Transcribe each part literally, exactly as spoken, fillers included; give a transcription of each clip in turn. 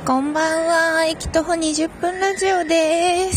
こんばんは、駅徒歩にじゅっぷんラジオです。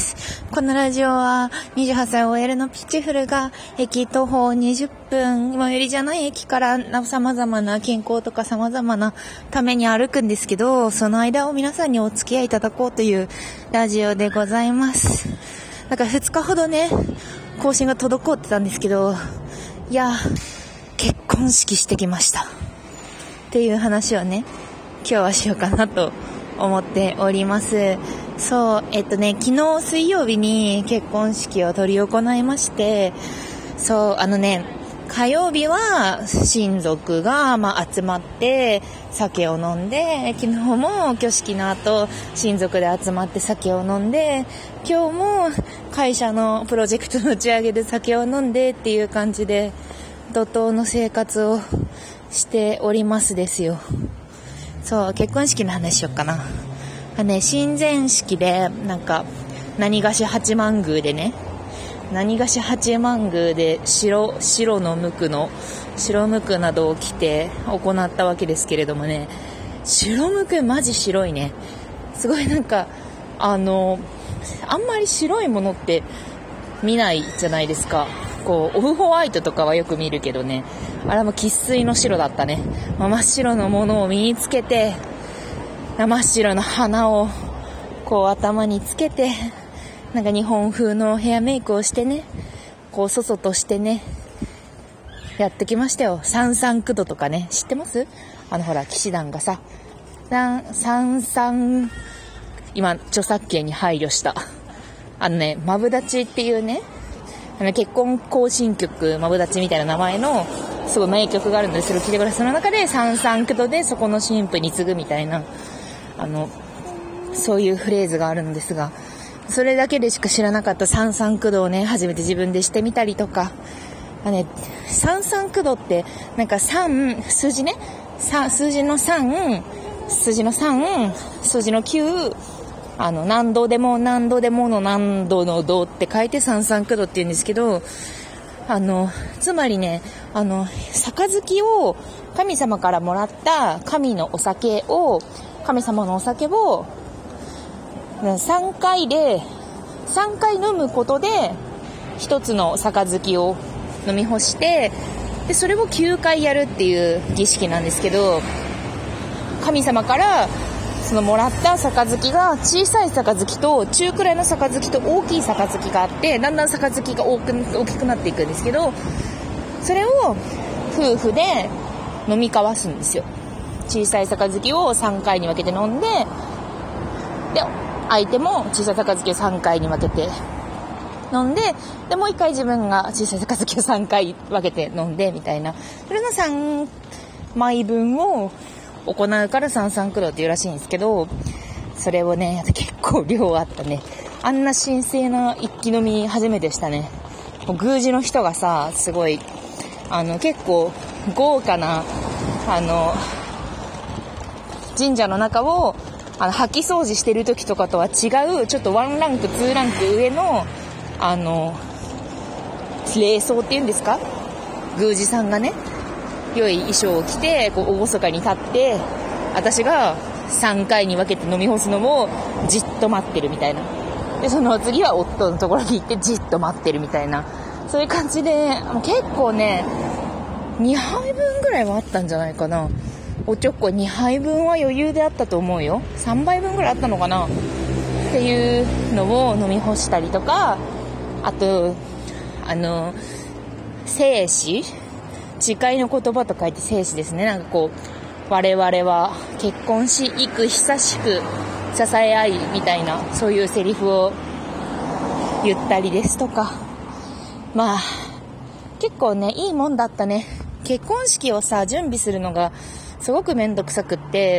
このラジオはにじゅうはっさい オーエル のピッチフルが駅徒歩にじゅっぷん、最寄りじゃない駅から様々な健康とか様々なために歩くんですけど、その間を皆さんにお付き合いいただこうというラジオでございます。だからふつかほどね、更新が滞ってたんですけど、いや、結婚式してきましたっていう話をね、今日はしようかなと思っております。そう、えっとね、昨日水曜日に結婚式を執り行いまして、そう、あのね、火曜日は親族が、まあ、集まって酒を飲んで、昨日も挙式の後親族で集まって酒を飲んで、今日も会社のプロジェクトの打ち上げで酒を飲んでっていう感じで怒涛の生活をしておりますですよ。そう、結婚式の話しよっかな。あね、親善式で、なんか、何がし八幡宮でね、何がし八幡宮で白、白の無垢の、白無垢などを着て行ったわけですけれどもね、白無垢マジ白いね。すごいなんか、あの、あんまり白いものって見ないじゃないですか。こう、オフホワイトとかはよく見るけどね、あれも生粋の白だったね。まあ、真っ白のものを身につけて、真っ白の花をこう頭につけて、なんか日本風のヘアメイクをしてね、こうそそとしてね、やってきましたよ。三三九度とかね、知ってます？あのほら、騎士団がさ、三三、今著作権に配慮した。あのね、マブダチっていうね、あの結婚行進曲、マブダチみたいな名前のすごい名曲があるので、それを聞いてください。その中で三三九度でそこの新婦に次ぐみたいな、あのそういうフレーズがあるのですが、それだけでしか知らなかった三三九度をね、初めて自分でしてみたりとか、あ、ね、三三九度ってなんか三、数字ね、数字の三、数字の三、数字の九、あの何度でも何度でもの何度の度って書いて三三九度って言うんですけど、あのつまりね、あの杯を神様からもらった神のお酒を神様のお酒をさんかいでさんかい飲むことで一つの杯を飲み干して、でそれをきゅうかいやるっていう儀式なんですけど、神様からそのもらった杯が小さい杯と中くらいの杯と大きい杯があって、だんだん杯が大く大きくなっていくんですけど、それを夫婦で飲み交わすんですよ。小さい杯をさんかいに分けて飲んで、で相手も小さい杯をさんかいに分けて飲んで、でもういっかい自分が小さい杯をさんかい分けて飲んでみたいな、それのさんまいぶんを行うから三三九度っていうらしいんですけど、それをね、結構量あったね。あんな神聖な一気飲み初めてしたね。もう宮司の人がさ、すごいあの結構豪華なあの神社の中をあの掃き掃除してる時とかとは違う、ちょっとワンランクツーランク上のあの礼装っていうんですか、宮司さんがね、良い衣装を着てこう厳かに立って、私がさんかいに分けて飲み干すのをじっと待ってるみたいな。でその次は夫のところに行ってじっと待ってるみたいな、そういう感じで結構ねにはいぶんぐらいはあったんじゃないかな。おちょこにはいぶんは余裕であったと思うよ。さんばいぶんぐらいあったのかなっていうのを飲み干したりとか、あとあの聖詩、誓いの言葉と書いて聖詩ですね。なんかこう、我々は結婚し幾久しく支え合いみたいな、そういうセリフを言ったりですとか、まあ結構ねいいもんだったね。結婚式をさ準備するのがすごくめんどくさくって、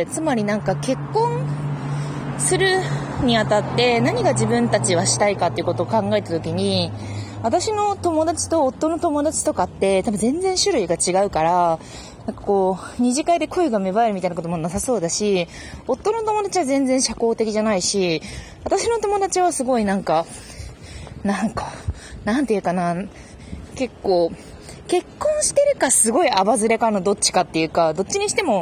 つまりなんか結婚するにあたって何が自分たちはしたいかっていうことを考えたときに、私の友達と夫の友達とかって多分全然種類が違うから、なんかこう二次会で恋が芽生えるみたいなこともなさそうだし、夫の友達は全然社交的じゃないし、私の友達はすごいなんかなんかなんていうかな、結構結婚してるかすごいアバズレかのどっちかっていうか、どっちにしても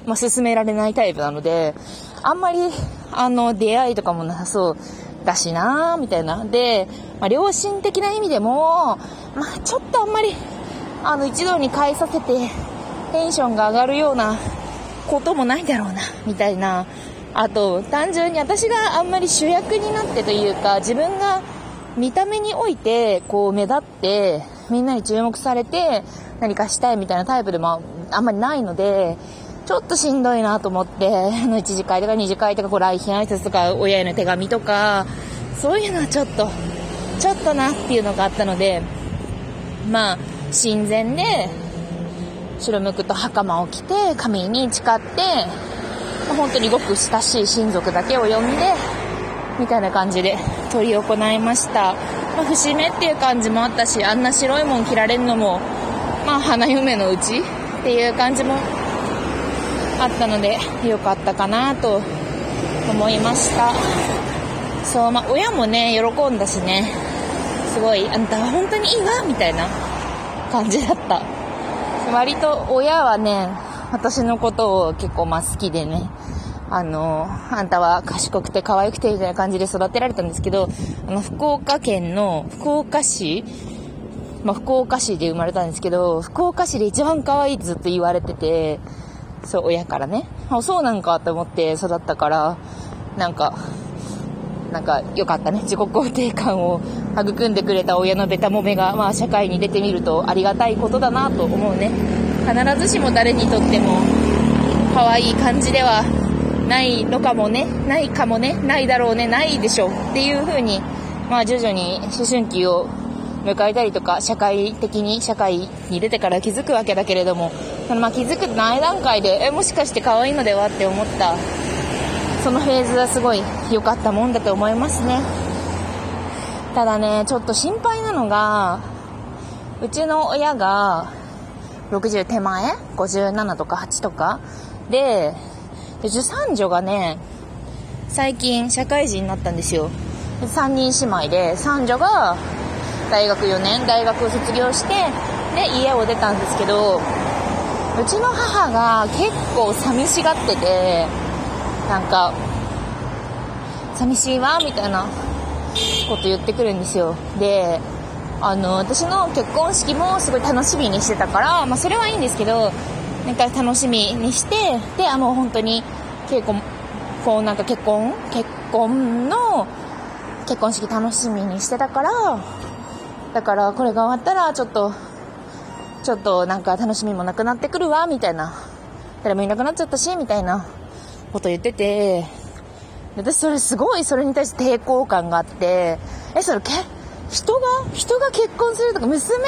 まあ、進められないタイプなので、あんまり、あの、出会いとかもなさそうだしなー、みたいな。で、まあ、良心的な意味でも、まあ、ちょっとあんまり、あの、一度に返させて、テンションが上がるようなこともないだろうな、みたいな。あと、単純に私があんまり主役になってというか、自分が見た目において、こう、目立って、みんなに注目されて、何かしたいみたいなタイプでもあんまりないので、ちょっとしんどいなと思って、あの、いち次会とかに次会とか、こう、来賓挨拶とか、親への手紙とか、そういうのはちょっと、ちょっとなっていうのがあったので、まあ、神前で、白むくと袴を着て、神に誓って、本当にごく親しい親族だけを呼んで、みたいな感じで執り行いました。まあ、節目っていう感じもあったし、あんな白いもん着られるのも、まあ、花嫁のうちっていう感じもあったので、よかったかなと思いました。そう、まあ、親もね、喜んだしね、すごい、あんたは本当にいいわみたいな感じだった。割と親はね、私のことを結構まあ好きでね、あの、あんたは賢くて可愛くてみたいな感じで育てられたんですけど、あの、福岡県の福岡市、まあ、福岡市で生まれたんですけど、福岡市で一番可愛いってずっと言われてて、そう、親からね、あ、そうなんかと思って育ったから、なんか、なんか良かったね。自己肯定感を育んでくれた親のベタもめが、まあ社会に出てみるとありがたいことだなと思うね。必ずしも誰にとっても可愛い感じではないのかもね、ないかもね、ないだろうね、ないでしょっていう風に、まあ徐々に思春期を迎えたりとか、社会的に社会に出てから気づくわけだけれども、まあ気づく前段階で、え、もしかして可愛いのではって思った。そのフェーズはすごい良かったもんだと思いますね。ただね、ちょっと心配なのが、うちの親がろくじゅう手前 ?ごじゅうななとかはちとかで、で次男女がね、最近社会人になったんですよ。さんにん姉妹で、三女が大学よねん、大学を卒業して、で、家を出たんですけど、うちの母が結構寂しがってて、なんか寂しいわみたいなこと言ってくるんですよ。で、あの私の結婚式もすごい楽しみにしてたから、まあそれはいいんですけど、なんか楽しみにして、で、あもう本当に結婚こうなんか結婚結婚の結婚式楽しみにしてたから、だからこれが終わったらちょっとちょっとなんか楽しみもなくなってくるわみたいな、誰もいなくなっちゃったしみたいなこと言ってて、私それすごいそれに対して抵抗感があって、え、それけ人が人が結婚するとか娘に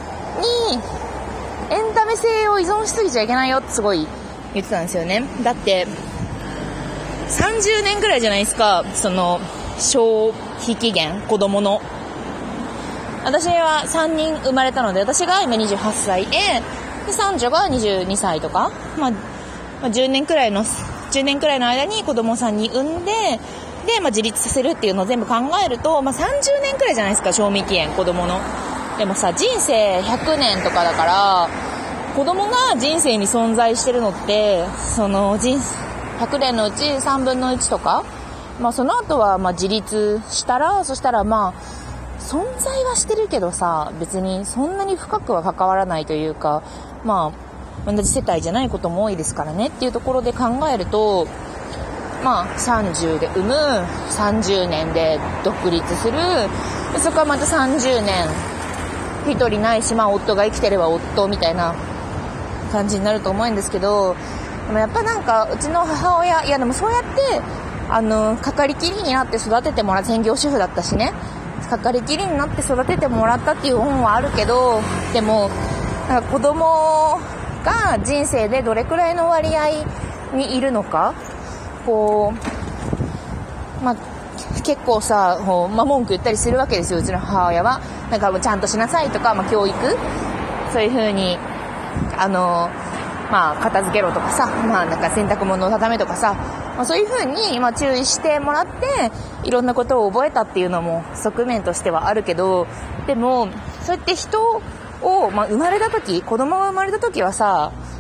エンタメ性を依存しすぎちゃいけないよってすごい言ってたんですよね。だってさんじゅうねんくらいじゃないですか、その消費期限、子供の。私はさんにん生まれたので、私が今にじゅうはっさいで、で三女がにじゅうにさいとか、まあ、まあ、じゅうねんくらいのじゅうねんくらいの間に子供さんに産んで、で、まあ、自立させるっていうのを全部考えると、まあ、さんじゅうねんくらいじゃないですか、賞味期限、子供の。でもさ、人生ひゃくねんとかだから、子供が人生に存在してるのって、その人生ひゃくねんのうちさんぶんのいちとか、まあ、その後はまあ自立したら、そしたらまあ存在はしてるけどさ、別にそんなに深くは関わらないというか、まあ同じ世帯じゃないことも多いですからねっていうところで考えると、まあさんじゅうで産む、さんじゅうねんで独立する、でそこはまたさんじゅうねん一人ないし、まあ夫が生きてれば夫みたいな感じになると思うんですけど、でもやっぱなんかうちの母親、いやでもそうやってあのかかりきりになって育ててもらう、専業主婦だったしね、かかりきりになって育ててもらったっていう恩はあるけど、でもなんか子供が人生でどれくらいの割合にいるのか、こうまあ結構さ、まあ、文句言ったりするわけですよ、うちの母親は。なんかもうちゃんとしなさいとか、まあ、教育、そういう風にあのまあ片付けろとかさ、まあなんか洗濯物を畳めとかさ、まあ、そういう風にまあ注意してもらっていろんなことを覚えたっていうのも側面としてはあるけど、でもそうやって人を、まあ、生まれた時、子供が生まれた時はさ、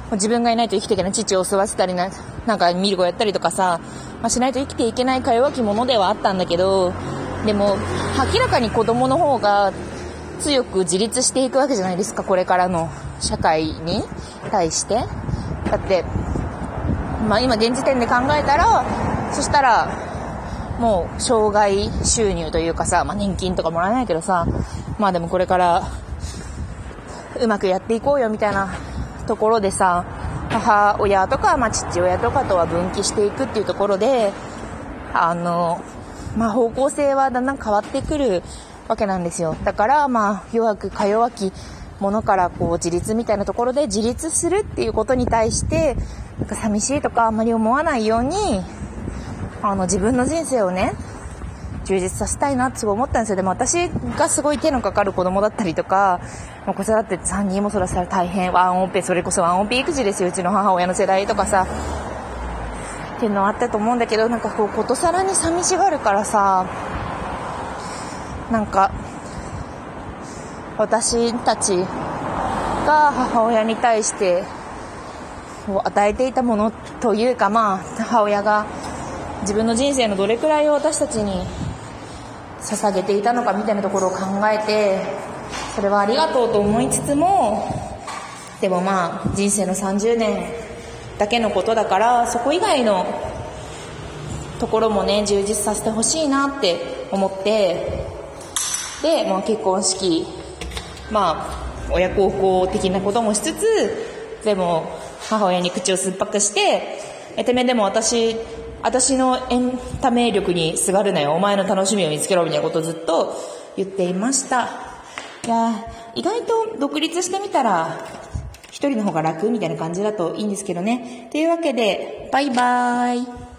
自分がいないと生きていけない父を吸わせたりな、なんかミルコやったりとかさ、まあ、しないと生きていけないか弱き者ではあったんだけど、でも明らかに子供の方が強く自立していくわけじゃないですか、これからの社会に対して。だってまあ今現時点で考えたら、そしたらもう障害収入というかさ、まあ年金とかもらえないけどさ、まあでもこれからうまくやっていこうよみたいなところでさ、母親とか、まあ、父親とかとは分岐していくっていうところで、あの、まあ、方向性はだんだん変わってくるわけなんですよ。だから、まあ、弱くか弱きものからこう自立みたいなところで自立するっていうことに対して、なんか寂しいとかあんまり思わないように、あの、自分の人生をね、充実させたいなってすごい思ったんですよ。でも私がすごい手のかかる子供だったりとか、もう子育てさんにんも育てたら大変、ワンオペ、それこそワンオペ育児ですよ、うちの母親の世代とかさっていうのはあったと思うんだけど、なんかこうことさらに寂しがるからさ、なんか私たちが母親に対して与えていたものというか、まあ母親が自分の人生のどれくらいを私たちに捧げていたのかみたいなところを考えて、それはありがとうと思いつつも、でもまあ人生のさんじゅうねんだけのことだから、そこ以外のところもね充実させてほしいなって思って、で、まあ、結婚式、まあ親孝行的なこともしつつ、でも母親に口を酸っぱくして、えてめえでも私私のエンタメ力にすがるなよ、お前の楽しみを見つけろみたいなことをずっと言っていました。いや意外と独立してみたら一人の方が楽みたいな感じだといいんですけどね。というわけでバイバーイ。